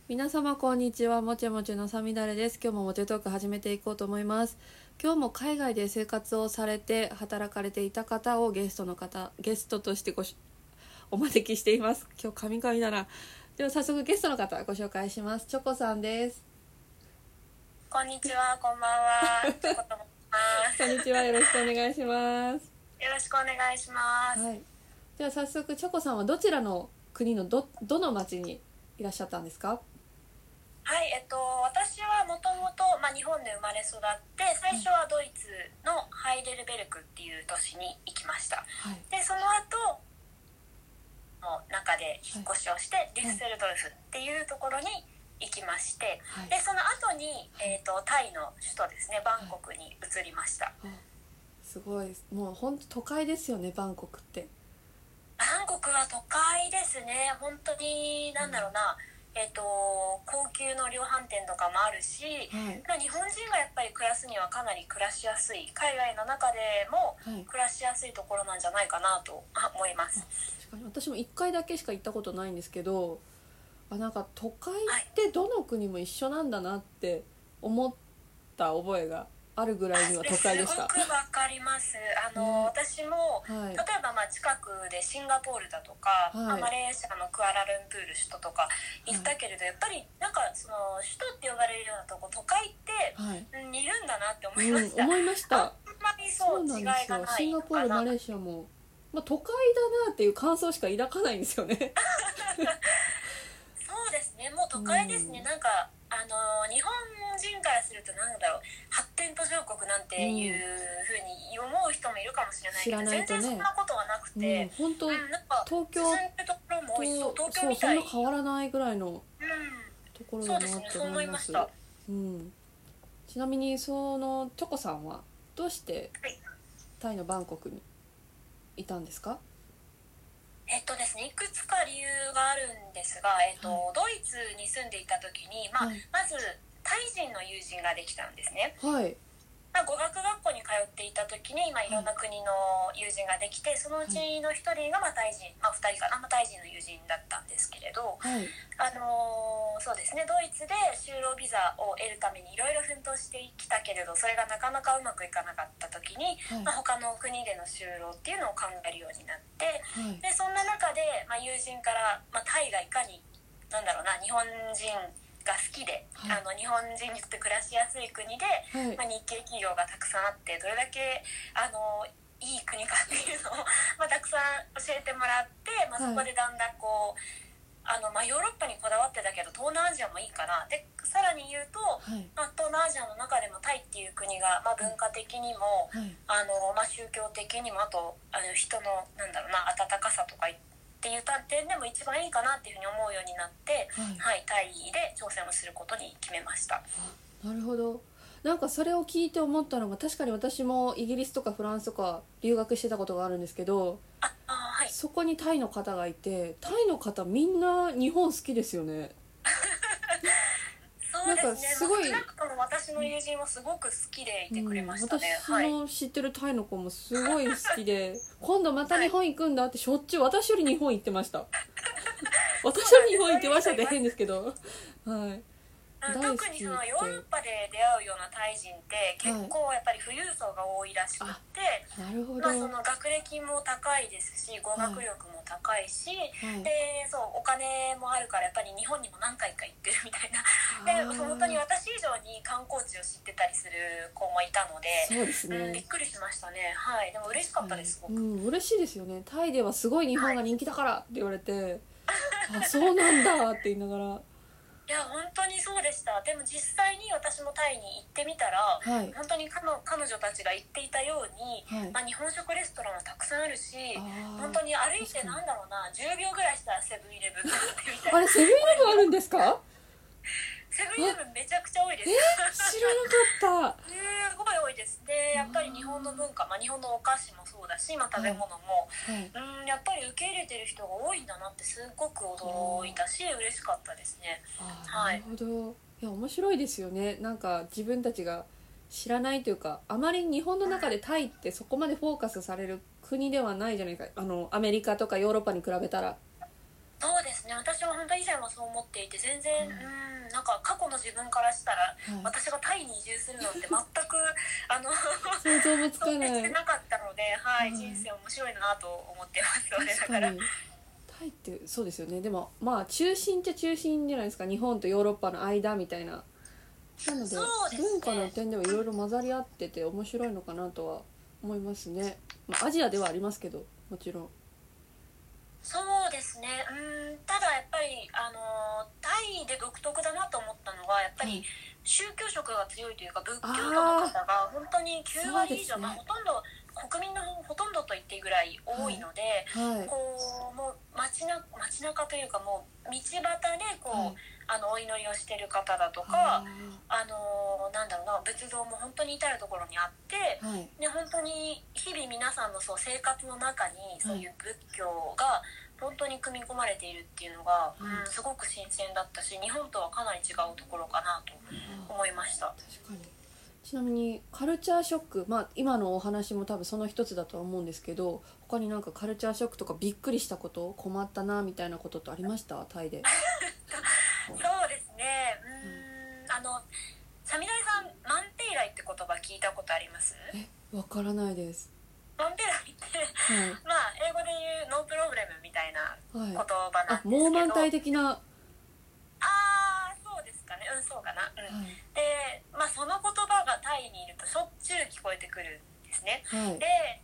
皆様こんにちは。もちもちのさみだれです。今日ももちトーク始めていこうと思います。今日も海外で生活をされて働かれていた方をゲストとしてお招きしています。今日カミカミだな。では早速ゲストの方ご紹介します。チョコさんです。 こんにちは、こんばんは。チョコと申します。 こんにちは、よろしくお願いします。 よろしくお願いします。 はい。では早速チョコさんはどちらの国のどの町にいらっしゃったんですか？ はい、私はもともと日本で生まれ育って最初はドイツのハイデルベルクっていう都市に行きました、 はい、 でその後の中で引っ越しをして、デュッセルドルフっていうところに行きまして、はい、でその後に、タイの首都ですね、バンコクに移りました、はい、 すごい、もう本当都会ですよね、バンコクって。 バンコクは都会ですね。本当に高級の量販店とかもあるし、はい、日本人がやっぱり暮らすにはかなり暮らしやすい、海外の中でも暮らしやすいところなんじゃないかなと思います。 確かに私も1回だけしか行ったことないんですけど、なんか都会ってどの国も一緒なんだなって思った覚えがあるぐらいには都会でした。 すごくわかります。私も、はい、例えば近くでシンガポールだとか、はい、マレーシアのクアラルンプール首都とか行ったけれど、はい、やっぱりなんかその首都って呼ばれるようなとこ、都会って、はい、似るんだなって思いました、 思いました。 あんまりそう違いがないのかな。 シンガポールマレーシアも、都会だなっていう感想しか抱かないんですよねそうですね、もう都会ですね、なんか日本人からするとなんだろう、発展途上国なんていうふうに思う人もいるかもしれないけど、全然そんなことはなくて、 本当、なんか東京進んでるところも多いし、東京みたい、 そんな変わらないぐらいのところだなと思います。ちなみにそのチョコさんはどうしてタイのバンコクにいたんですか？ ですね、いくつか理由があるんですが、ドイツに住んでいた時に、まずタイ人の友人ができたんですね。はい。語学学校に通っていた時に、いろんな国の友人ができて、そのうちの一人がタイ人、2人かな、タイ人の友人だったんですけれど、はい、そうですね、ドイツで就労ビザを得るためにいろいろ奮闘してきたけれど、それがなかなかうまくいかなかった時に、他の国での就労っていうのを考えるようになって、でそんな中で、友人から、タイがいかに日本人が好きで、日本人にとって暮らしやすい国で、日系企業がたくさんあって、どれだけいい国かっていうのをたくさん教えてもらって、そこでだんだんこうヨーロッパにこだわってたけど東南アジアもいいかな、でさらに言うと、東南アジアの中でもタイっていう国が、文化的にも、宗教的にも、あと人の温かさとかっていう点でも一番いいかなっていうふうに思うようになって、タイで挑戦をすることに決めました。 なるほど。なんかそれを聞いて思ったのが、確かに私もイギリスとかフランスとか留学してたことがあるんですけど、そこにタイの方がいて、タイの方みんな日本好きですよねそうですね、すごい、少なくとも私の友人はすごく好きでいてくれましたね。 私の知ってるタイの子もすごい好きで今度また日本行くんだってしょっちゅう私より日本行ってました私より日本行ってましたって変ですけどはい特にそのヨーロッパで出会うようなタイ人って結構やっぱり富裕層が多いらしくって、 なるほど、 その学歴も高いですし、語学力も高いし、でお金もあるからやっぱり日本にも何回か行ってるみたいなで、本当に私以上に観光地を知ってたりする子もいたので、そうですね、びっくりしましたね。はい、でも嬉しかったです、すごく。 嬉しいですよね。タイではすごい日本が人気だからって言われて、あ、そうなんだって言いながら。 いや本当にそうでした。でも実際に私もタイに行ってみたら、本当に彼女たちが言っていたように、日本食レストランはたくさんあるし、本当に歩いて10秒ぐらいしたらセブンイレブンがあってみたいな。 あれセブンイレブンあるんですか？ セブンイレブンめちゃくちゃ多いです。 知らなかった。 すごい多いです。でやっぱり日本の文化、日本のお菓子もそうだし、食べ物も、やっぱり受け入れてる人が多いんだなってすごく驚いたし、嬉しかったですね。 なるほど。いや面白いですよね。なんか自分たちが知らないというか、あまり日本の中でタイってそこまでフォーカスされる国ではないじゃないか、アメリカとかヨーロッパに比べたら。 そうですね、 ね、私は本当以前はそう思っていて、全然、なんか過去の自分からしたら、私がタイに移住するのって全く想像もつかない想定してなかったので、人生面白いなと思ってます。 確かにタイってそうですよね。でもまあ中心っちゃ中心じゃないですか、日本とヨーロッパの間みたいな。なので文化の点ではいろいろ混ざり合ってて面白いのかなとは思いますね。アジアではありますけど、もちろん。 そうですね。ただやっぱりタイで独特だなと思ったのは、やっぱり宗教色が強いというか、仏教徒の方が本当に9割以上、ほとんど国民のほとんどと言っていいぐらい多いので、こうもう街中というか、もう道端でこう、お祈りをしている方だとか、なんだろうな、仏像も本当に至るところにあって、で本当に日々皆さんの生活の中にそういう仏教が本当に組み込まれているっていうのが、すごく新鮮だったし、日本とはかなり違うところかなと思いました。 確かに。ちなみにカルチャーショック、今のお話も多分その一つだとは思うんですけど、他になんかカルチャーショックとかびっくりしたこと、困ったなみたいなことってありました？タイで。 そうですね。サミダレさん、マンペイライって言葉聞いたことあります？ わからないです。 マンペイライって、英語で言うノープロブレムみたいな言葉なんですけど、 モーマンタイ的な。 そうですかね。そうかな。で、その言葉がタイにいるとしょっちゅう聞こえてくるんですね。で、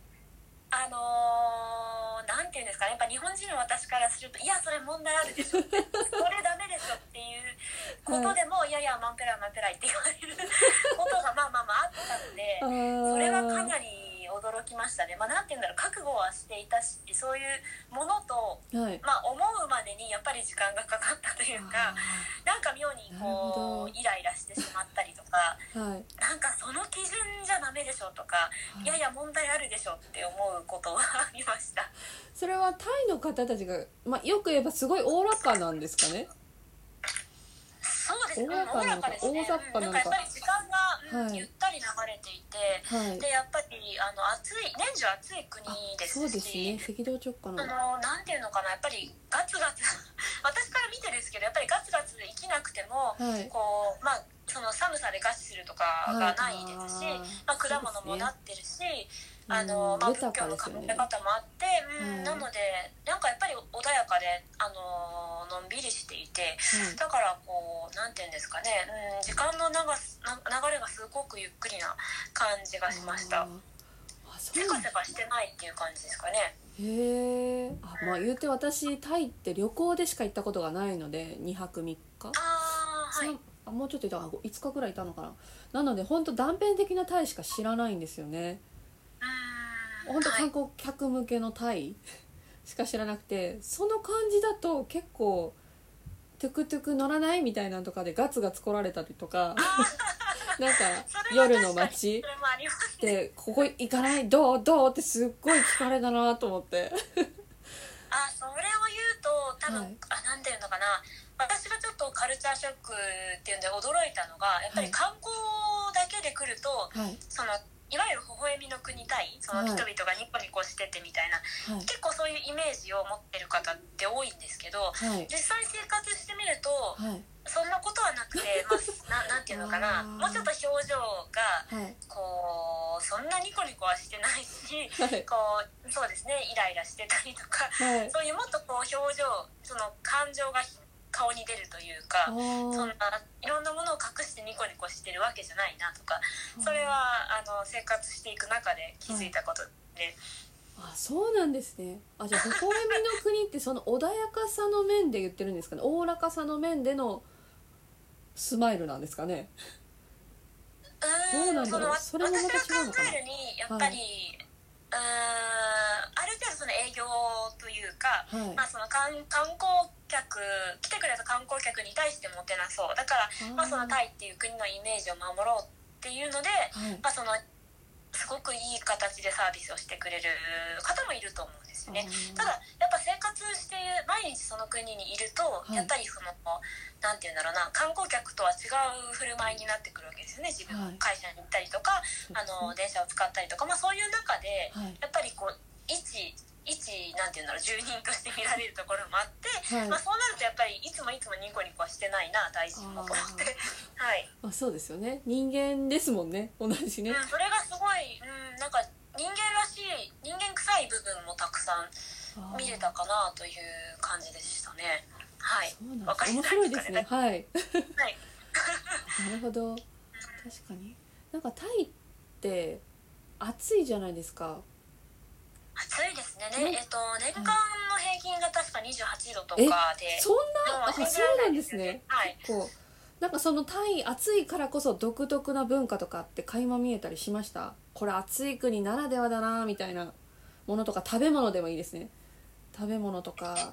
なんていうんですかね、やっぱ日本人の私からすると、いやそれ問題あるでしょって、それダメでしょっていうことでも、いやいやマンペライって言われることがあったので、それはかなり驚きましたね。なんていうんだろう、覚悟はしていたし、そういうものと、思うまでにやっぱり時間がかかったというか、なんか妙にこうイライラしてしまったりとか、なんかその基準じゃダメでしょとか、いやいや問題あるでしょって思うことはありました。 それはタイの方たちが、よく言えばすごいおおらかなんですかね。 そうですね、おおらかですね。なんかやっぱり時間が、ゆったり流れていて、でやっぱり年中暑い国ですし、 そうですね、赤道直下のなんていうのかな、やっぱりガツガツ私から見てですけど、やっぱりガツガツ生きなくても、こうその寒さで餓死するとかがないですし、果物もなってるし、仏教の考え方もあって、なのでなんかやっぱり穏やかでのんびりしていて、だからこうなんていうんですかね、時間の流れがすごくゆっくりな感じがしました。せかせかしてないっていう感じですかね。 へえ。言うて私タイって旅行でしか行ったことがないので、2泊3日、もうちょっといたかな、5日ぐらいいたのかな。なので本当断片的なタイしか知らないんですよね。本当観光客向けのタイしか知らなくて、その感じだと結構トゥクトゥク乗らないみたいなのとかでガツガツ来られたりとかなんか夜の街でここ行かないどうってすっごい聞かれたなと思ってそれを言うと多分、なんていうのかな、私がちょっとカルチャーショックっていうんで驚いたのが、やっぱり観光だけで来ると、いわゆる微笑みの国タイ、その人々がニコニコしててみたいな、結構そういうイメージを持ってる方って多いんですけど、実際生活してみると、そんなことはなくて、なんていうのかな、もうちょっと表情が、こうそんなニコニコはしてないし、こうそうですね、イライラしてたりとか、そういうもっとこう表情、その感情が顔に出るというか、そんないろんなものを隠してニコニコしてるわけじゃないなとか、それは生活していく中で気づいたことで、 そうなんですね。じゃあ微笑みの国ってその穏やかさの面で言ってるんですかね。おおらかさの面でのスマイルなんですかね。どうなんだろう。それもまた違うのかな。 私が考えるにやっぱり、ある程度その営業というか、その観光客来てくれた観光客に対してもてなそうだから、そのタイっていう国のイメージを守ろうっていうので、そのすごくいい形でサービスをしてくれる方もいると思うんですよね。ただやっぱ生活して毎日その国にいると、やっぱりそのなんていうんだろうな、観光客とは違う振る舞いになってくるわけですよね。自分会社に行ったりとか、電車を使ったりとか、そういう中で、やっぱりこう一なんていうんだろう、住人として見られるところもあって、 はい、 そうなるとやっぱりいつもニコニコはしてないな大臣もと思ってはい、 そうですよね、人間ですもんね、同じね、 それがすごい、なんか人間らしい人間臭い部分もたくさん見れたかなという感じでしたね。はい、 そうなんです。面白いですね。はい。はい。なるほど。確かに。なんかタイって暑いじゃないですか。 暑いですね。年間の平均が確か28度とかで。 そんな、そうなんですね。 はい。 結構なんかそのタイ暑いからこそ独特な文化とかって垣間見えたりしました？これ暑い国ならではだなみたいなものとか、食べ物でもいいですね。食べ物とか。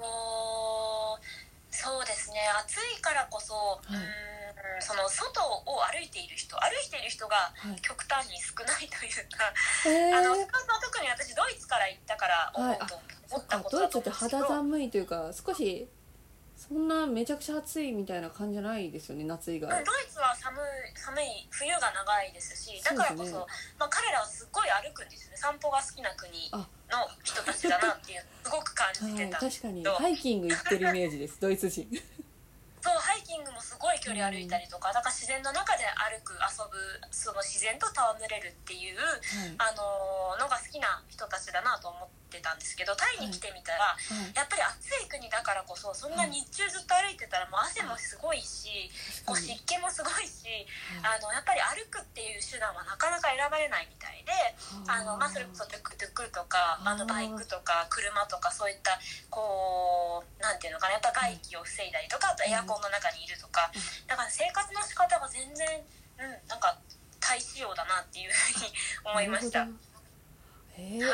そうですね、暑いからこそ、その外を歩いている人が極端に少ないというか、特に私ドイツから行ったから思ったことだと思うんですけど、 ドイツって肌寒いというか、少しそんなめちゃくちゃ暑いみたいな感じじゃないですよね、夏以外。 ドイツは寒い冬が長いですし、だからこそ、彼らはすっごい歩くんですよね。散歩が好きな国の人たちだなっていうすごく感じてたんですけど、 確かにハイキング行ってるイメージですドイツ人。 そう、ハイキングもすごい距離歩いたりとか、だから自然の中で遊ぶ、その自然と戯れるっていう、のが好きな人たちだなと思ってたんですけど、タイに来てみたら、やっぱり暑い国だからこそ、そんな日中ずっと歩いてたらもう汗もすごいし、こう湿気もすごいし、やっぱり歩くっていう手段はなかなか選ばれないみたいで、それこそトゥクトゥクとかバイクとか車とか、そういったこうなんていうのかな、やっぱ外気を防いだりとか、あとエアコンの中にいるとか、だから生活の仕方が全然、なんかタイ仕様だなっていうふうに思いました。 はい、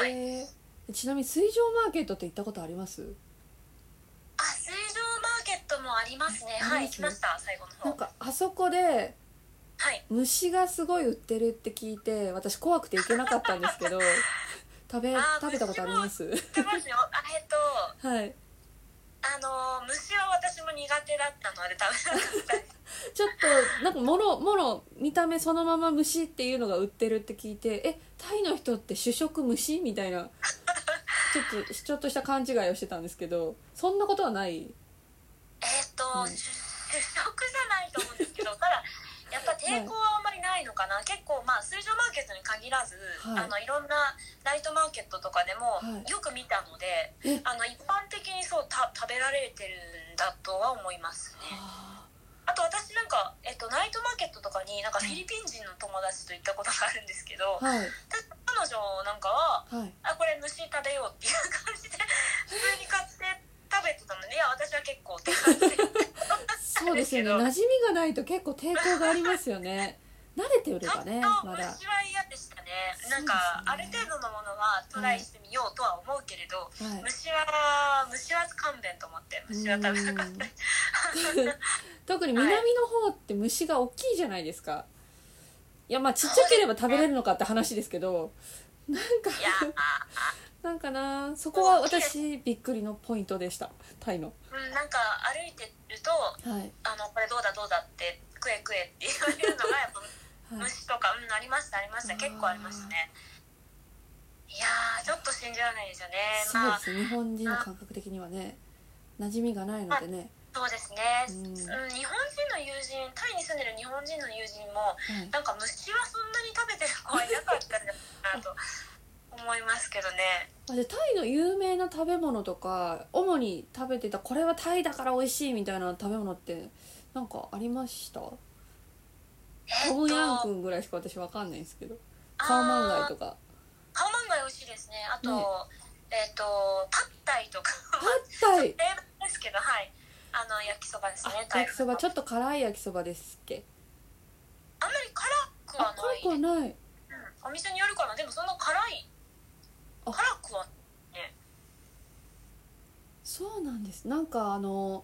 ちなみに水上マーケットって行ったことあります？ 水上マーケットもありますね。はい、行きました。最後の方。 なんかあそこで、虫がすごい売ってるって聞いて、私怖くて行けなかったんですけど食べたことあります？ 売ってますよ。はい。虫は私も苦手だったので食べなかったです。 ちょっとなんかもろ見た目そのまま虫っていうのが売ってるって聞いて、タイの人って主食虫みたいなちょっとした勘違いをしてたんですけど、そんなことはない？ 主食じゃないと思うんですけど、ただやっぱ抵抗はあんまりないのかな。結構水上マーケットに限らず、いろんなナイトマーケットとかでもよく見たので、一般的にそう食べられてるんだとは思いますね。あと私なんか、ナイトマーケットとかになんかフィリピン人の友達と行ったことがあるんですけど、彼女なんかは、これ虫食べようっていう感じで普通に買って食べてたので、いや私は結構って感じでそうですよね、馴染みがないと結構抵抗がありますよね。慣れてるかね、まだ。 虫は嫌でしたね。なんかある程度のものはトライしてみようとは思うけれど、虫は勘弁と思って虫は食べなかった特に南の方って虫が大きいじゃないですか。いやちっちゃければ食べれるのかって話ですけど、なんかな、そこは私びっくりのポイントでした、タイの。 なんか歩いてると、これどうだって食えって言われるのがやっぱ虫とか、ありました結構ありましたね。いやちょっと信じられないですよね。 そうです、日本人の感覚的にはね、馴染みがないのでね。 そうですね、日本人の友人、タイに住んでる日本人の友人も、なんか虫はそんなに食べてる子はいなかったんじゃないかなと思いますけどね。 でタイの有名な食べ物とか、主に食べてたこれはタイだから美味しいみたいな食べ物ってなんかありました？トムヤンクンぐらいしか私わかんないんですけど、カオマンガイとか。 カオマンガイ美味しいですね。あと、パッタイとかパッタイ定番ですけど、焼きそばですね。 焼きそば、ちょっと辛い焼きそばですっけ？ あんまり辛くはない。 辛くはない。 お店によるかな。でもそんな辛くはね。 そうなんです。なんか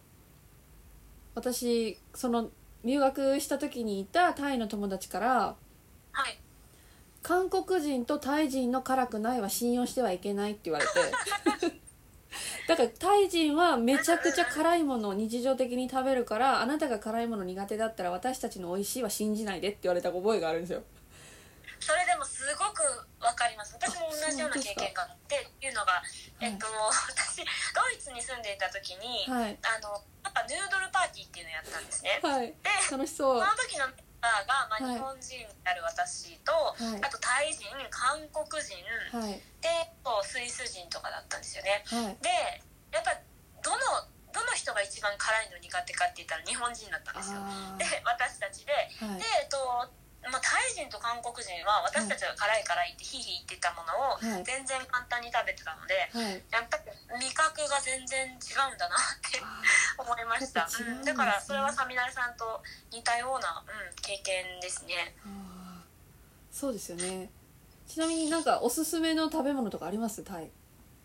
私その留学した時にいたタイの友達から、韓国人とタイ人の辛くないは信用してはいけないって言われてだからタイ人はめちゃくちゃ辛いものを日常的に食べるから、あなたが辛いもの苦手だったら私たちの美味しいは信じないでって言われた覚えがあるんですよ。 それでもすごくわかります。私も同じような経験があってっていうのが、私ドイツに住んでいた時に、なんかヌードルパーティーっていうのをやったんですね。で楽しそう。 その時のメンバーが、日本人である私と、あとタイ人、韓国人、でスイス人とかだったんですよね。でやっぱどの人が一番辛いの苦手かって言ったら日本人だったんですよ。で私たちで、タイ人と韓国人は私たちが辛いってヒーヒー言ってたものを全然簡単に食べてたので、やっぱり味覚が全然違うんだなって思いました。だからそれはサミダレさんと似たような、経験ですね。 そうですよね。ちなみになんかおすすめの食べ物とかあります？タイ。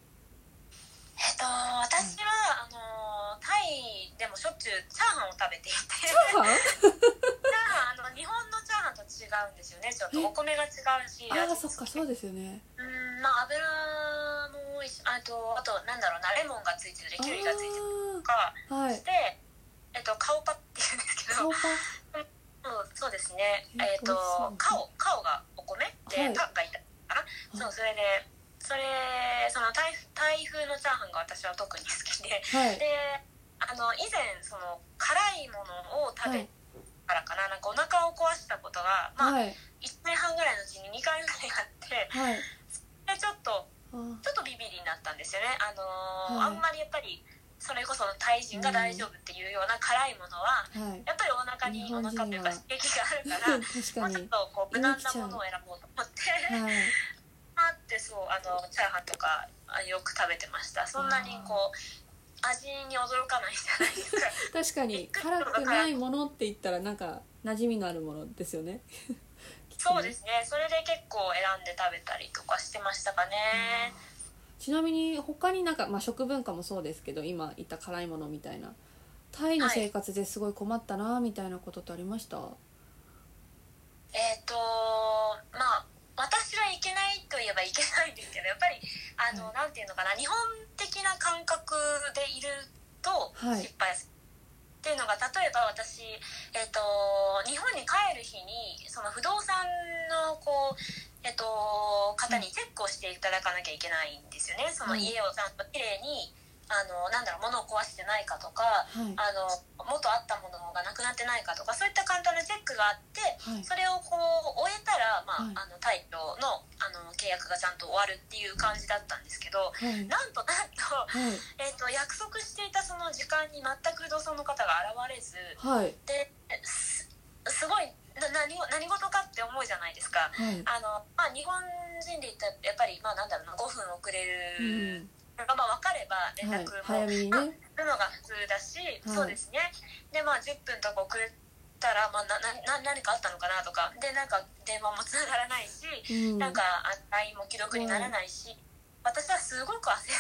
私はタイでもしょっちゅうチャーハンを食べていてチャーハン日本のチャーハンと違うんですよね。ちょっとお米が違うし、 そっか、そうですよね。 油もあとなんだろうな、レモンがついてる、キュウリがついてるとかして、カオパっていうんですけど、そうですね、カオがお米で、タンがいたかな、それでそのタイ風のチャーハンが私は特に好きで、で以前その辛いものを食べからかな、なんかお腹を壊したことが、1年半ぐらいのうちに2回ぐらいあって、でちょっとビビりになったんですよね。あんまりやっぱりそれこそタイ人が大丈夫っていうような辛いものは、やっぱりお腹というか刺激があるからもうちょっとこう無難なものを選ぼうと思ってチャーハンとかよく食べてました。そんなにこう味に驚かないじゃないですか。 確かに辛くないものって言ったらなんか馴染みのあるものですよね。 そうですね。それで結構選んで食べたりとかしてましたかね。 ちなみに他になんか、食文化もそうですけど、今言った辛いものみたいなタイの生活ですごい困ったなみたいなことってありました？ 私はいけないといえばいけないんですけど、やっぱりなんていうのかな、日本的な感覚でいると失敗する、っていうのが、例えば私、日本に帰る日にその不動産の方にチェックをしていただかなきゃいけないんですよね。その家をちゃんときれいに物を壊してないかとか、元あったものがなくなってないかとか、そういった簡単なチェックがあって、それをこう終えたら、タイとの契約がちゃんと終わるっていう感じだったんですけど、なんと、約束していたその時間に全く不動産の方が現れず、ですごい何事かって思うじゃないですか。日本人で言ったらやっぱり5分遅れる、分かれば連絡もするのが普通だし、そうですね。で10分とか遅れたら、何かあったのかなとかで、なんか電話もつながらないし、なんか LINE も既読にならないし、私はすごく焦って、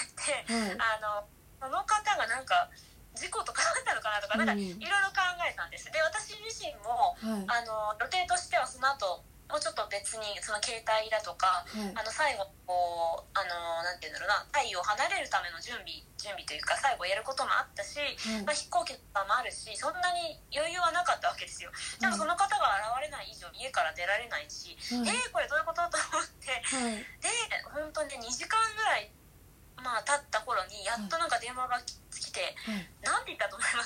その方がなんか事故とかあったのかなとか、なんかいろいろ考えたんです。で私自身も、予定としてはその後もうちょっと別にその携帯だとか、最後こうなんていうんだろうな、タイを離れるための準備というか、最後やることもあったし、飛行機とかもあるし、そんなに余裕はなかったわけですよ。でもその方が現れない以上家から出られないし、これどういうことと思って、で本当に2時間ぐらい経った頃にやっとなんか電話が来て、なんて言ったと思います？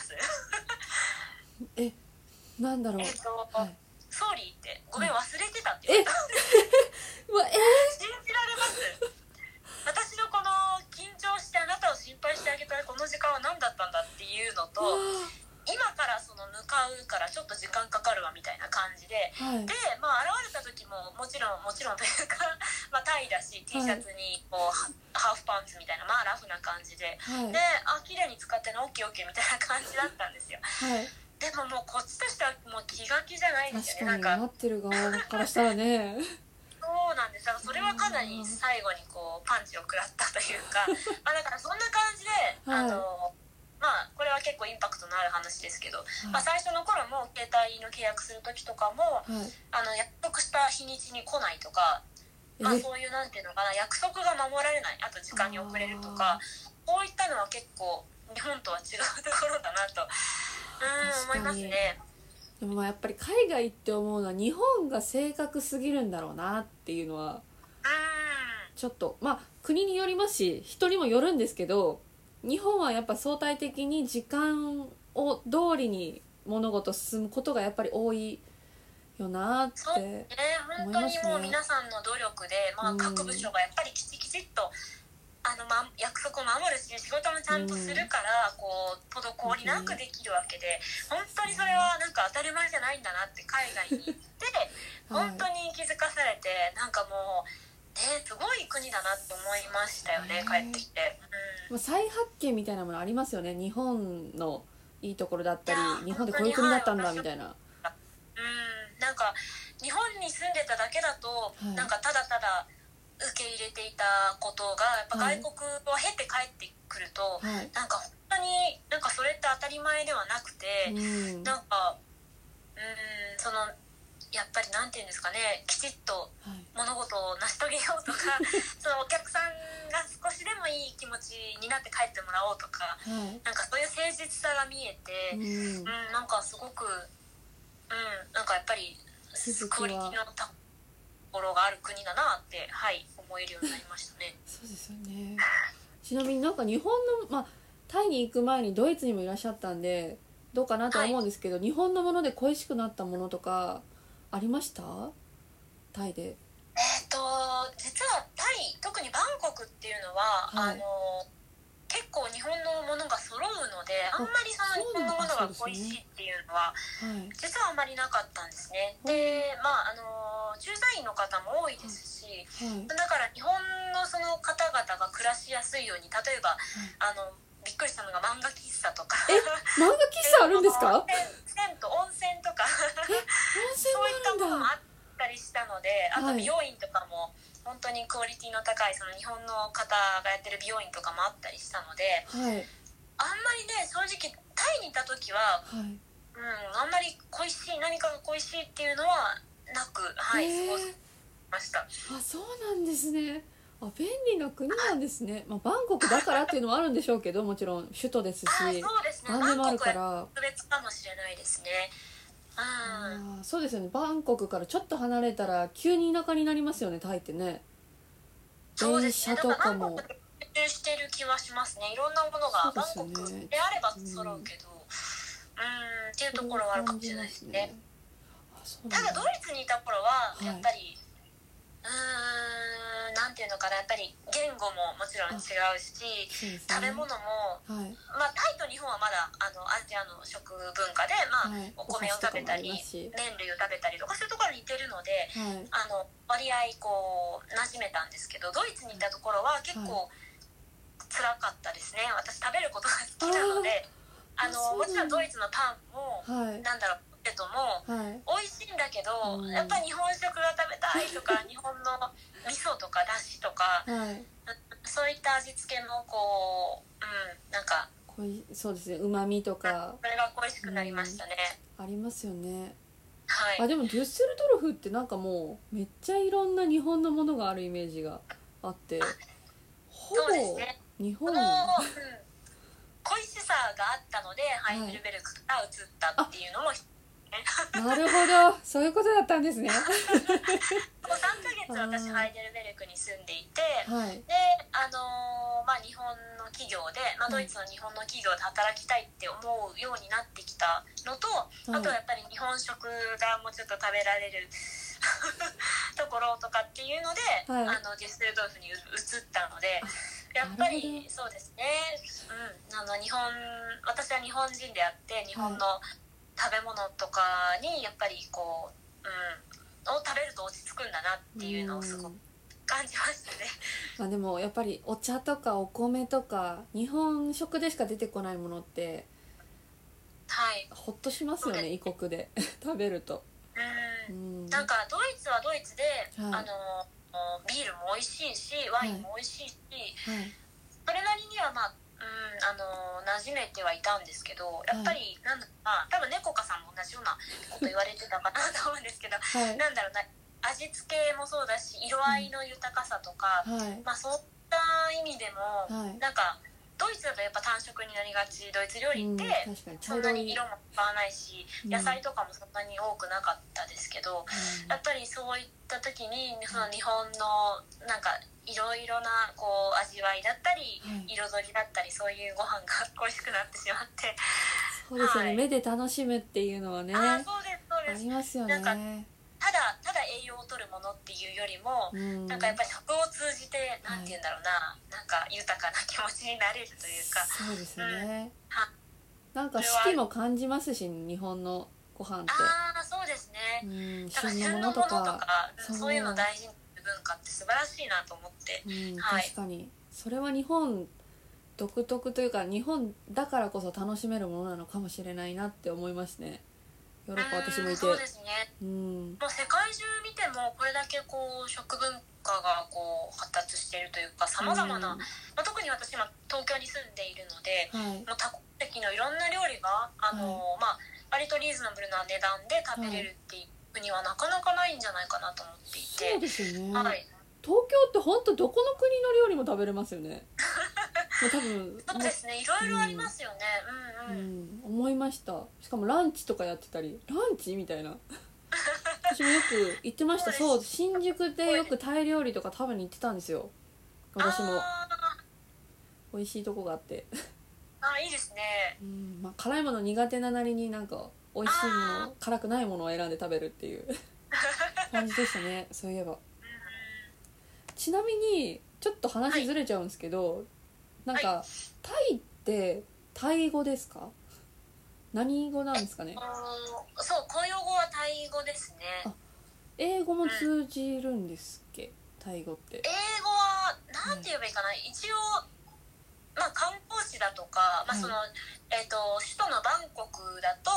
なんだろう。 ソーリーって、ごめん忘れてたって言われたんです信じられます？私のこの緊張してあなたを心配してあげたこの時間は何だったんだっていうのと、今からその向かうからちょっと時間かかるわみたいな感じで、で現れた時ももちろんというかタイだし T シャツにこうハーフパンツみたいなラフな感じで、で綺麗に使ってね、オッケーオッケーみたいな感じだったんですよ。でももうこっちとしてはもう気が気じゃないですよね。 確かに待ってる側からしたらねそうなんです。だからそれはかなり最後にこうパンチを食らったというかだからそんな感じで、これは結構インパクトのある話ですけど、最初の頃も携帯の契約する時とかも、約束した日にちに来ないとか、そういうなんていうのかな、約束が守られない、あと時間に遅れるとか、こういったのは結構日本とは違うところだなと思いますね。 でもまあやっぱり海外って思うのは日本が正確すぎるんだろうなっていうのはちょっとまあ国によりますし人にもよるんですけど、日本はやっぱ相対的に時間を通りに物事進むことがやっぱり多いよなって思いますね。 本当にもう皆さんの努力で、まあ、各部署がやっぱりきちっと約束を守るし仕事もちゃんとするから、こう滞りなくできるわけで、本当にそれはなんか当たり前じゃないんだなって海外に行って本当に気づかされて、なんかもうすごい国だなって思いましたよね、帰ってきて、 再発見みたいなものありますよね。日本のいいところだったり、日本でこういう国だったんだみたいな。 なんか日本に住んでただけだと、なんかただただ受け入れていたことがやっぱ外国を経て帰ってくると、なんか本当になんかそれって当たり前ではなくて、なんかそのやっぱりなんていうんですかね、きちっと物事を成し遂げようとかそのお客さんが少しでもいい気持ちになって帰ってもらおうとか、なんかそういう誠実さが見えて、なんかすごく、なんかやっぱりクオリティの高いところがある国だなって、思えるようになりましたね。 そうですよね。ちなみになんか日本の、タイに行く前にドイツにもいらっしゃったんでどうかなと思うんですけど、日本のもので恋しくなったものとかありました？タイで。 実はタイ、特にバンコクっていうのは、結構日本のものが揃うので、あんまりその日本のものが恋しいっていうのは、実はあんまりなかったんですね。で、駐在員の方も多いですし、だから日本のその方々が暮らしやすいように、例えば、びっくりしたのが漫画喫茶とか漫画喫茶あるんですか？ 銭湯、温泉とかそういったものもあったりしたので、あと美容院とかも本当にクオリティの高いその日本の方がやってる美容院とかもあったりしたので、あんまりね、正直タイにいた時は、あんまり何かが恋しいっていうのはなく、過ごしました。 そうなんですね。便利な国なんですね。バンコクだからっていうのもあるんでしょうけど、もちろん首都ですし、 そうですね、 何でもあるから。 特別かもしれないですね。 そうですよね。バンコクからちょっと離れたら急に田舎になりますよね、タイってね。電車とかも集中してる気はしますね。いろんなものがバンコクであれば揃うけど、っていうところはあるかもしれないですね。ただドイツにいた頃はやっぱり、なんていうのかな、やっぱり言語ももちろん違うし、食べ物も、タイと日本はまだアジアの食文化で、お米を食べたり麺類を食べたりとかそういうところに似てるので、割合こう馴染めたんですけど、ドイツにいたところは結構辛かったですね。私食べることが好きなので、もちろんドイツのパンも、ポテトも美味しいんだけど、やっぱり日本食が食べたいとか日本の味噌とかだしとか、そういった味付けのこう、なんかそうですね、うまみとかそれが恋しくなりましたね。 ありますよね。でもデュッセルドルフってなんかもうめっちゃいろんな日本のものがあるイメージがあって、ほぼ日本恋しさがあったので、ハイデルベルクから移ったっていうのもなるほど、そういうことだったんですね。 3ヶ月私ハイデルベルクに住んでいて、で日本の企業で、ドイツの日本の企業で働きたいって思うようになってきたのと、あとはやっぱり日本食がもうちょっと食べられるところとかっていうので、デュッセルドルフに移ったので、やっぱりそうですね、私は日本人であって日本の食べ物とかにやっぱりこう、を食べると落ち着くんだなっていうのをすごく感じましたね。 でもやっぱりお茶とかお米とか日本食でしか出てこないものって、ほっとしますよね、異国で食べると。 なんかドイツはドイツで、ビールも美味しいしワインも美味しいし、それなりには馴染めてはいたんですけど、やっぱり多分猫かさんも同じようなこと言われてたかなと思うんですけど、味付けもそうだし色合いの豊かさとか、そういった意味でも、なんかドイツだとやっぱ単色になりがち。ドイツ料理ってそんなに色も使わないし、野菜とかもそんなに多くなかったですけど、やっぱりそういった時にその日本のなんかいろいろなこう味わいだったり、彩りだったり、そういうご飯が恋しくなってしまって。 そうですよね、目で楽しむっていうのはね、 そうですそうです、 ありますよね。 なんかただ栄養を取るものっていうよりも、なんかやっぱり食を通じてなんて言うんだろうな、なんか豊かな気持ちになれるというか。 そうですね、なんか四季も感じますし、日本のご飯って。 そうですね、だから旬旬のものとかそういうの大事にする文化って素晴らしいなと思って、 確かにそれは日本独特というか、日本だからこそ楽しめるものなのかもしれないなって思いますね。ヨーロッパ私もいて。 そうですね、もう世界中見てもこれだけこう食文化がこう発達しているというか、さまざまな、特に私今東京に住んでいるので、もう多国籍のいろんな料理が割とリーズナブルな値段で食べれるっていう国はなかなかないんじゃないかなと思っていて。 そうですよね、東京って本当どこの国の料理も食べれますよね。もう多分そうですね、いろいろありますよね。 思いました。しかもランチとかやってたり、ランチみたいな私もよく行ってました。そう、新宿でよくタイ料理とか食べに行ってたんですよ、私も。美味しいとこがあっていいですね。 辛いもの苦手ななりになんか美味しいもの、辛くないものを選んで食べるっていう感じでしたね。そういえば、ちなみにちょっと話ずれちゃうんですけど、なんかタイってタイ語ですか？何語なんですかね？ そう、公用語はタイ語ですね。 英語も通じるんですっけ、タイ語って。 英語はなんて言えばいいかな、一応観光地だとか、その首都のバンコクだと、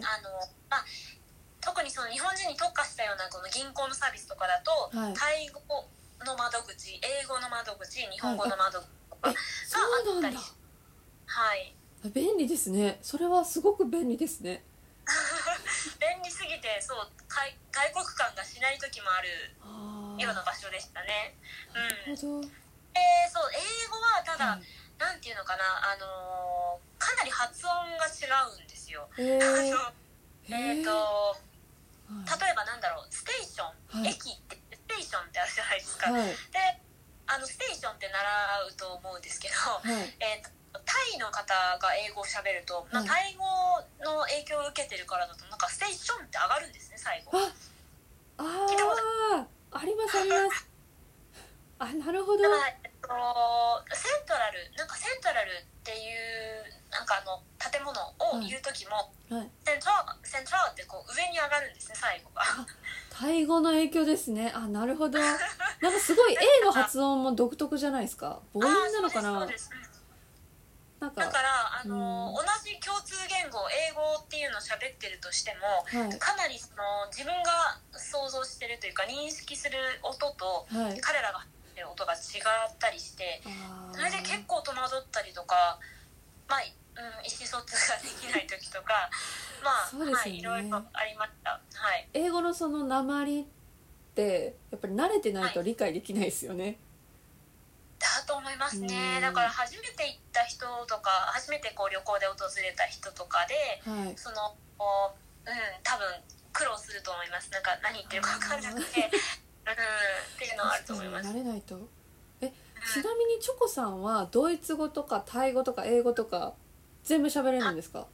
特にその日本人に特化したようなこの銀行のサービスとかだと、タイ語の窓口、英語の窓口、日本語の窓口とかがあったり、 便利ですね。それはすごく便利ですね便利すぎて、そう、外国感がしない時もあるような場所でしたね。 なるほど。 そう、英語はただ、なんていうのかな、かなり発音が違うんですよ。例えばなんだろう、ステーション、駅ってステーションってあるじゃないですか。で、ステーションって習うと思うんですけど、タイの方が英語を喋ると、タイ語の影響を受けてるからだと、なんかステーションって上がるんですね、最後。聞いたことありますあります。なるほど。 セントラルっていうなんか建物を言う時も、セントラルってこう上に上がるんですね、最後が。 タイ語の影響ですね。なるほど。なんかすごい A の発音も独特じゃないですか。母音なのかな。 そうです。だから同じ共通言語、英語っていうのを喋ってるとしても、かなりその自分が想像してるというか認識する音と、彼らが音が違ったりして、それで結構戸惑ったりとか、意思疎通ができない時とかいろいろありました。 英語のその訛りってやっぱり慣れてないと理解できないですよね。 だと思いますね。だから初めて行った人とか、初めてこう旅行で訪れた人とかで、その多分苦労すると思います。なんか何言ってるか分からなくてっていうのはあると思います。 慣れないと。ちなみにチョコさんはドイツ語とかタイ語とか英語とか全部喋れるんですか？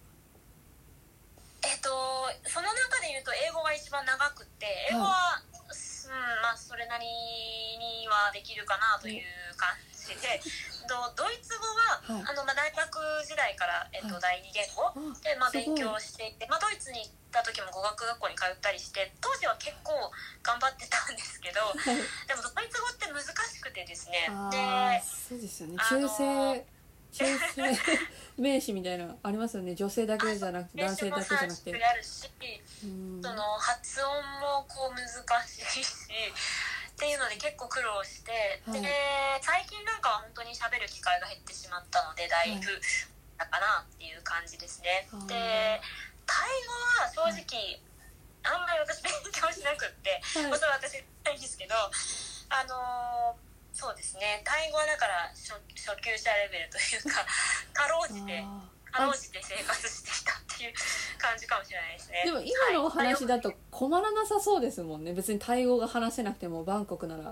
その中で言うと英語が一番長くって、英語は、それなりにはできるかなという感じで、ドイツ語は、大学時代から、第二言語で、勉強していて、ドイツに行った時も語学学校に通ったりして、当時は結構頑張ってたんですけど、でもドイツ語って難しくてですね。 そうですよね。中性名詞みたいなありますよね。女性だけじゃなくて男性だけじゃなくて、 あるし、その発音もこう難しいしっていうので結構苦労して、で最近なんかは本当に喋る機会が減ってしまったので、だいぶだかなっていう感じですね。で、タイ語は正直、あんまり私勉強しなくって、それは私ないんですけど、 そうですね、タイ語はだから初級者レベルというかかろうじて生活してきたっていう感じかもしれないですね。 でも今のお話だと困らなさそうですもんね、別にタイ語が話せなくてもバンコクなら。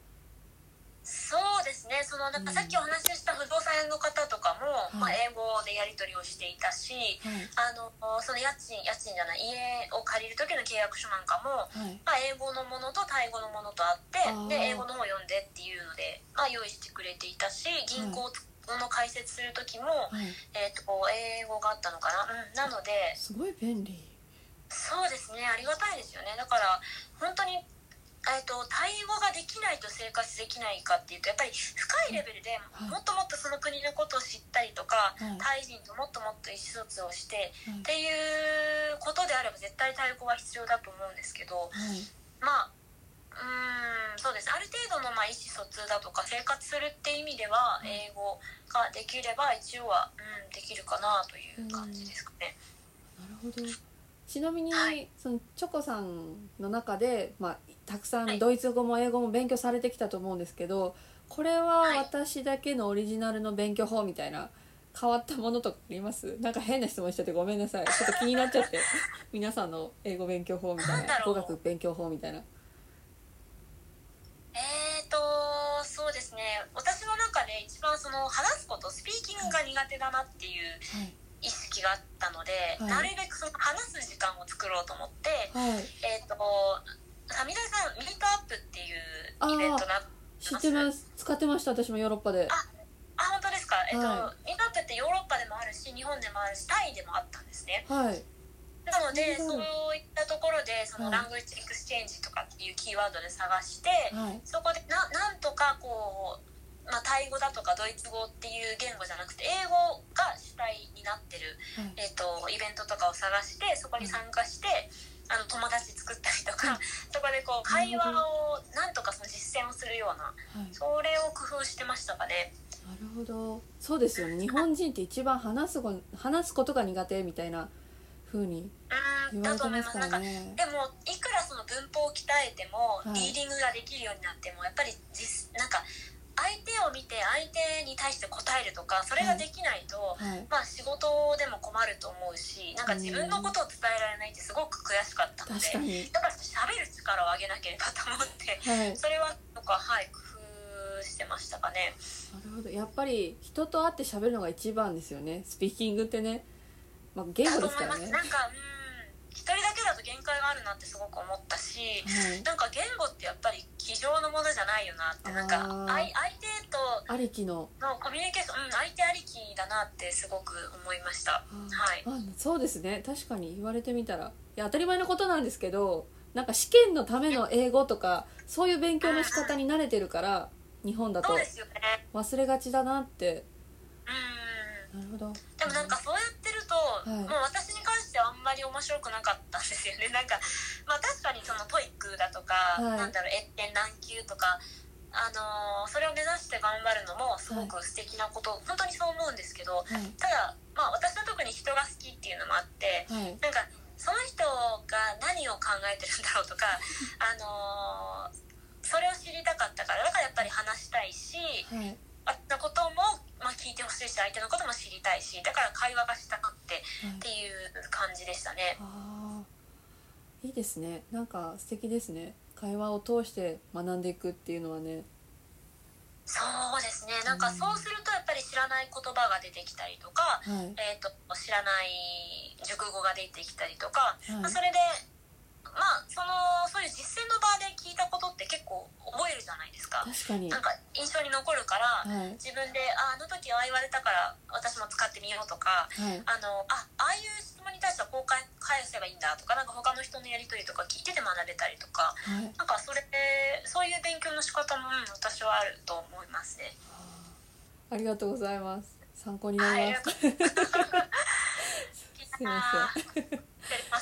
そうですね、なんかさっきお話しした不動産屋の方とかも、英語でやり取りをしていたし、その家賃じゃない、家を借りる時の契約書なんかも、英語のものとタイ語のものとあって、で英語の方を読んでっていうので、用意してくれていたし、銀行の解説する時も、英語があったのかな、なので、 すごい便利。 そうですね、ありがたいですよね。だから本当にタイ語ができないと生活できないかっていうと、やっぱり深いレベルでもっともっとその国のことを知ったりとか、タイ人ともっともっと意思疎通をして、っていうことであれば絶対タイ語は必要だと思うんですけど、そうです、ある程度の意思疎通だとか生活するっていう意味では英語ができれば一応は、できるかなという感じですかね。 なるほど。ちなみに、そのチョコさんの中で、たくさんドイツ語も英語も勉強されてきたと思うんですけど、これは私だけのオリジナルの勉強法みたいな変わったものとかあります？なんか変な質問しちゃってごめんなさい、ちょっと気になっちゃって皆さんの英語勉強法みたいな、語学勉強法みたいな。 そうですね、私の中で一番話すこと、スピーキングが苦手だなっていう意識があったので、なるべく話す時間を作ろうと思って、サミダさんミートアップっていうイベントな知ってます、使ってました、私もヨーロッパで。 本当ですか。ミートアップってヨーロッパでもあるし、日本でもあるし、タイでもあったんですね。なので、そういったところでラングエッジエクスチェンジとかっていうキーワードで探して、そこでなんとかタイ語だとかドイツ語っていう言語じゃなくて英語が主体になってる、イベントとかを探して、そこに参加して友達作ったりとか、そこで会話をなんとか実践をするような、それを工夫してましたかね。 なるほど、そうですよね、日本人って一番話すことが苦手みたいな風に言われてますからね。 でもいくら文法を鍛えても、リーディングができるようになっても、やっぱりなんか相手を見て相手に対して答えるとか、それができないと、仕事でも困ると思うし、なんか自分のことを伝えられないってすごく悔しかったので、やっぱり喋る力を上げなければと思って、それはなんか工夫してましたかね。 なるほど、やっぱり人と会って喋るのが一番ですよね、スピーキングってね。言語ですからね。 なんか一人だけだと限界があるなってすごく思ったし、なんか言語ってやっぱり机上のものじゃないよなって、なんか相手とありきのコミュニケーション、相手ありきだなってすごく思いました。 そうですね、確かに言われてみたら、いや当たり前のことなんですけど、なんか試験のための英語とかそういう勉強の仕方に慣れてるから、日本だと忘れがちだなって。なるほど。 でもなんかそうやってると、もう私に関してはあんまり面白くなかったんですよね。なんか確かにトイックだとか、なんだろう、何級とか、それを目指して頑張るのもすごく素敵なこと、本当にそう思うんですけど、ただ私は特に人が好きっていうのもあって、なんかその人が何を考えてるんだろうとか、それを知りたかったから、だからやっぱり話したいし、あったことも聞いてほしいし、相手のことも知りたいし、だから会話がしたくってっていう感じでしたね。 いいですね、なんか素敵ですね、会話を通して学んでいくっていうのはね。 そうですね、なんかそうするとやっぱり知らない言葉が出てきたりとか、知らない熟語が出てきたりとか、それでそういう実践の場で聞いたことって結構覚えるじゃないですか。 確かになんか印象に残るから、自分であの時ああ言われたから私も使ってみようとか、ああいう質問に対してはこう返せばいいんだとか、なんか他の人のやり取りとか聞いてて学べたりとか、なんかそういう勉強の仕方も、私はあると思いますね。 ありがとうございます、参考になります。すいません。やります。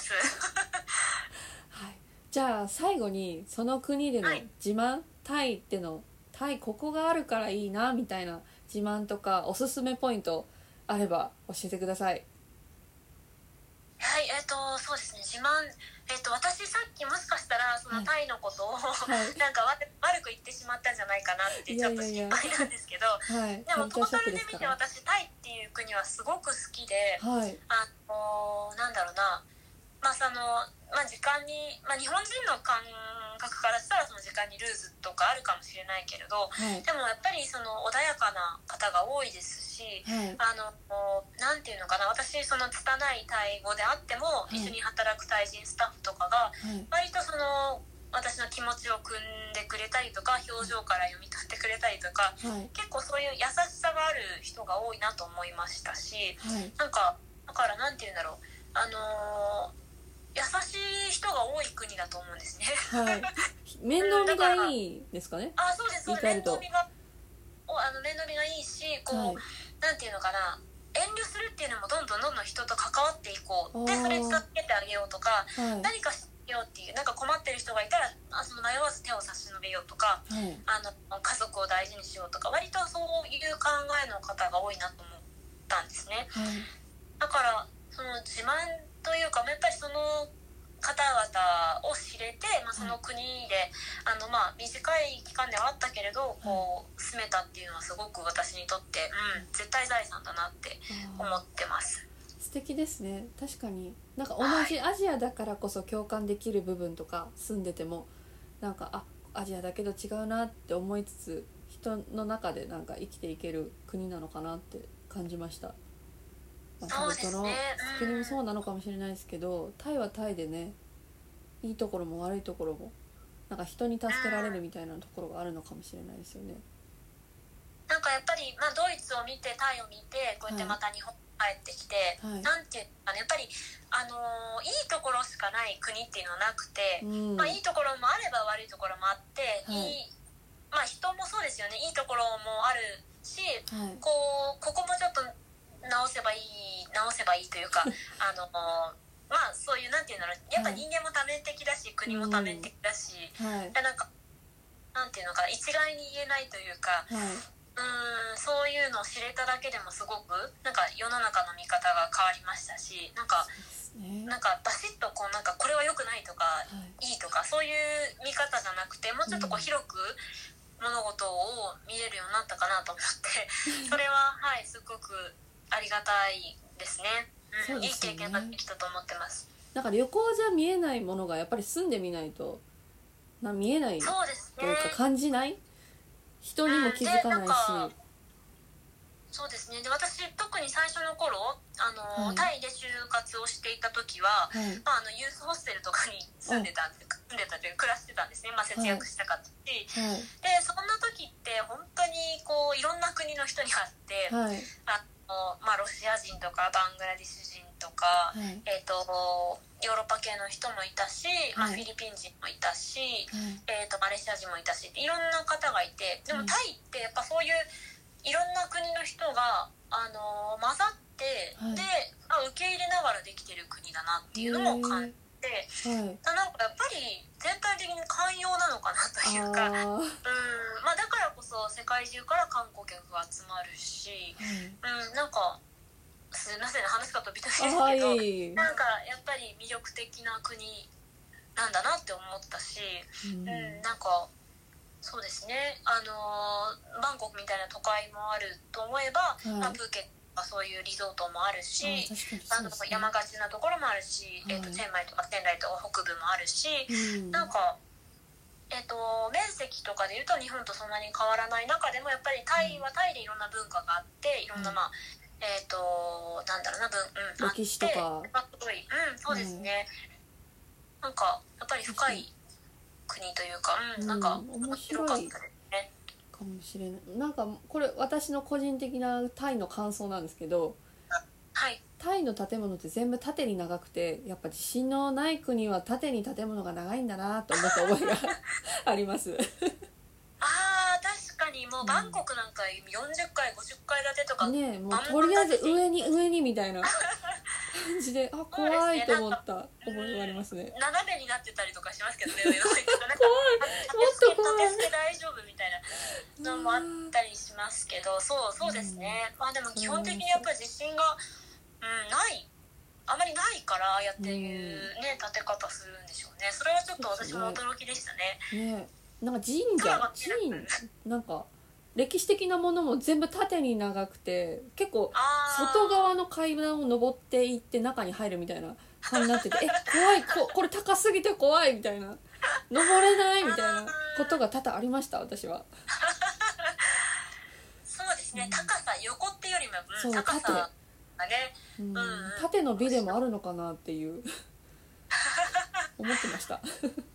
じゃあ最後にその国での自慢、タイってのタイここがあるからいいなみたいな自慢とかおすすめポイントあれば教えてください。 はい、 、そうですね、自慢、私さっきもしかしたらそのタイのことを、はい、なんか悪く言ってしまったんじゃないかなってちょっと心配なんですけど、はい、でもトータルで見て私タイっていう国はすごく好きで、はい、なんだろうな、時間に、日本人の感覚からしたらその時間にルーズとかあるかもしれないけれど、はい、でもやっぱりその穏やかな方が多いですし、はい、なんていうのかな、私その拙いタイ語であっても、一緒に働くタイ人スタッフとかが割とその私の気持ちを汲んでくれたりとか、表情から読み取ってくれたりとか、はい、結構そういう優しさがある人が多いなと思いましたし、はい、なんかだからなんていうんだろう、優しい人が多い国だと思うんですね。 はい、面倒見がいいですかね。 あ、そうです、そうです。面倒見がいいし、こう、はい、なんていうのかな、遠慮するっていうのもどんどん人と関わっていこう。で、それ助けてあげようとか、はい、何かしようっていう、なんか困ってる人がいたら、その迷わず手を差し伸べようとか、はい、家族を大事にしようとか、割とそういう考えの方が多いなと思ったんですね。はい、だからその自慢というか、やっぱりその方々を知れて、その国で短い期間ではあったけれどこう住めたっていうのはすごく私にとって、絶対財産だなって思ってます。 素敵ですね。確かになんか同じアジアだからこそ共感できる部分とか、住んでてもなんかアジアだけど違うなって思いつつ、人の中でなんか生きていける国なのかなって感じました。 そうですね、 どの国もそうなのかもしれないですけど、タイはタイでね、いいところも悪いところもなんか人に助けられるみたいなところがあるのかもしれないですよね。 なんかやっぱり、ドイツを見てタイを見てこうやってまた日本に帰ってきて、はい、なんていうかね、やっぱりいいところしかない国っていうのはなくて、いいところもあれば悪いところもあって、はい、人もそうですよね、いいところもあるし、はい、ここもちょっと直せばいいというかそういうなんていうんだろう、やっぱ人間も多面的だし、国も多面的だし、なんかなんていうのかな、一概に言えないというか、そういうのを知れただけでもすごくなんか世の中の見方が変わりましたし、なんかバシッとこうなんかこれは良くないとか、いいとかそういう見方じゃなくて、もうちょっとこう広く物事を見れるようになったかなと思ってそれはすごくありがたいですね。いい経験ができたと思ってます。 なんか旅行じゃ見えないものがやっぱり住んでみないと見えないというか感じない、人にも気づかないし、 そうですね。で、私特に最初の頃タイで就活をしていた時は、ユースホステルとかに住んでたというか暮らしてたんですね。節約したかったし、でそんな時って本当にこういろんな国の人に会って、ロシア人とかバングラディッシュ人とか、ヨーロッパ系の人もいたし、フィリピン人もいたし、マレーシア人もいたし、いろんな方がいて、でもタイってやっぱそういういろんな国の人が混ざって、で受け入れながらできてる国だなっていうのも感じて、なんかやっぱり全体的に寛容なのかなというか、だからこそ世界中から観光客が集まるし、なんかすいません話が飛び飛びですけど、なんかやっぱり魅力的な国なんだなって思ったし、なんかそうですね、バンコクみたいな都会もあると思えば、プーケットはそういうリゾートもあるし、山がちなところもあるし、チェンマイとか仙台とか北部もあるし、なんか面積とかでいうと日本とそんなに変わらない中でも、やっぱりタイはタイでいろんな文化があって、いろんななんだろうな、 歴史とかそうですね、なんかやっぱり深い国というか、なんか面白かったですね。 かもしれない。なんかこれ私の個人的なタイの感想なんですけど、タイの建物って全部縦に長くて、やっぱ地震のない国は縦に建物が長いんだなと思った覚えがあります。 確かにもうバンコクなんか40階50階建てとかね、もうとりあえず上にみたいな感じで怖いと思った覚えがありますね。 斜めになってたりとかしますけどね、上の怖い、もっと怖い、 立てて大丈夫みたいなのもあったりしますけど、そうですね。でも基本的にやっぱり地震がないあまりないからやっていうね、建て方するんでしょうね。それはちょっと私も驚きでしたね。 ね、なんか神なんか歴史的なものも全部縦に長くて、結構外側の階段を登っていって中に入るみたいな感じになってて怖い、これ高すぎて怖いみたいな、登れないみたいなことが多々ありました、私は。 そうですね、高さ、横っていうよりも、高さがね、 縦の美でもあるのかなっていう思ってました。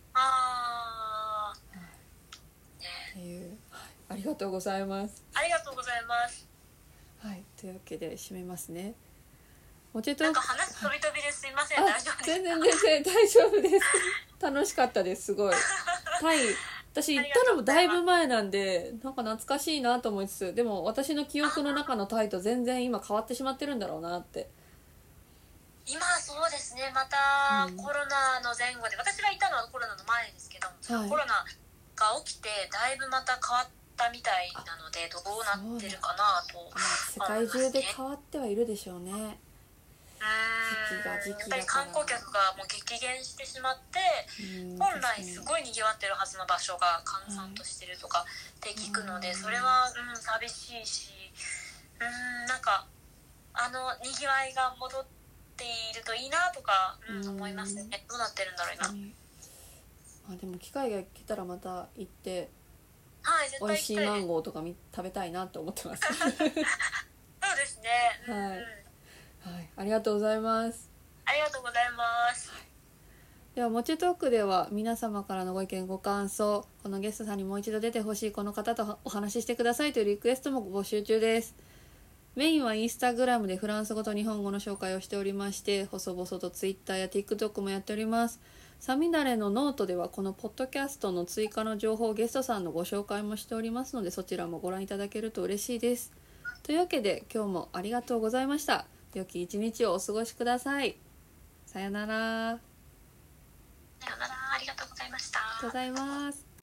っていう、ありがとうございます。 ありがとうございます。 はい、というわけで締めますね。 なんか話飛び飛びですいません。大丈夫ですか？ 全然大丈夫です。楽しかったです、すごい。タイ、私行ったのもだいぶ前なんで、なんか懐かしいなと思いつつ、でも私の記憶の中のタイと全然今変わってしまってるんだろうなって。 今そうですね、またコロナの前後で、私がいたのはコロナの前ですけども、コロナが起きてだいぶまた変わったみたいなので、どうなってるかなと思いますね。 世界中で変わってはいるでしょうね。 やっぱり観光客がもう激減してしまって、本来すごいにぎわってるはずの場所が閑散としてるとかって聞くので、それは寂しいし、なんかにぎわいが戻っているといいなとか、思いますね。どうなってるんだろう今。でも機会が来たらまた行って、 絶対美味しいマンゴーとか食べたいなと思ってます。 そうですね。 はい、ありがとうございます。 ありがとうございます。 ではもちトークでは皆様からのご意見ご感想、このゲストさんにもう一度出てほしいこの方とお話ししてくださいというリクエストも募集中です。メインはインスタグラムでフランス語と日本語の紹介をしておりまして、細々とツイッターや TikTok もやっております。サミダレのノートではこのポッドキャストの追加の情報、ゲストさんのご紹介もしておりますので、そちらもご覧いただけると嬉しいです。というわけで今日もありがとうございました。良き一日をお過ごしください。さよなら。 さよなら。ありがとうございました。 ありがとうございます。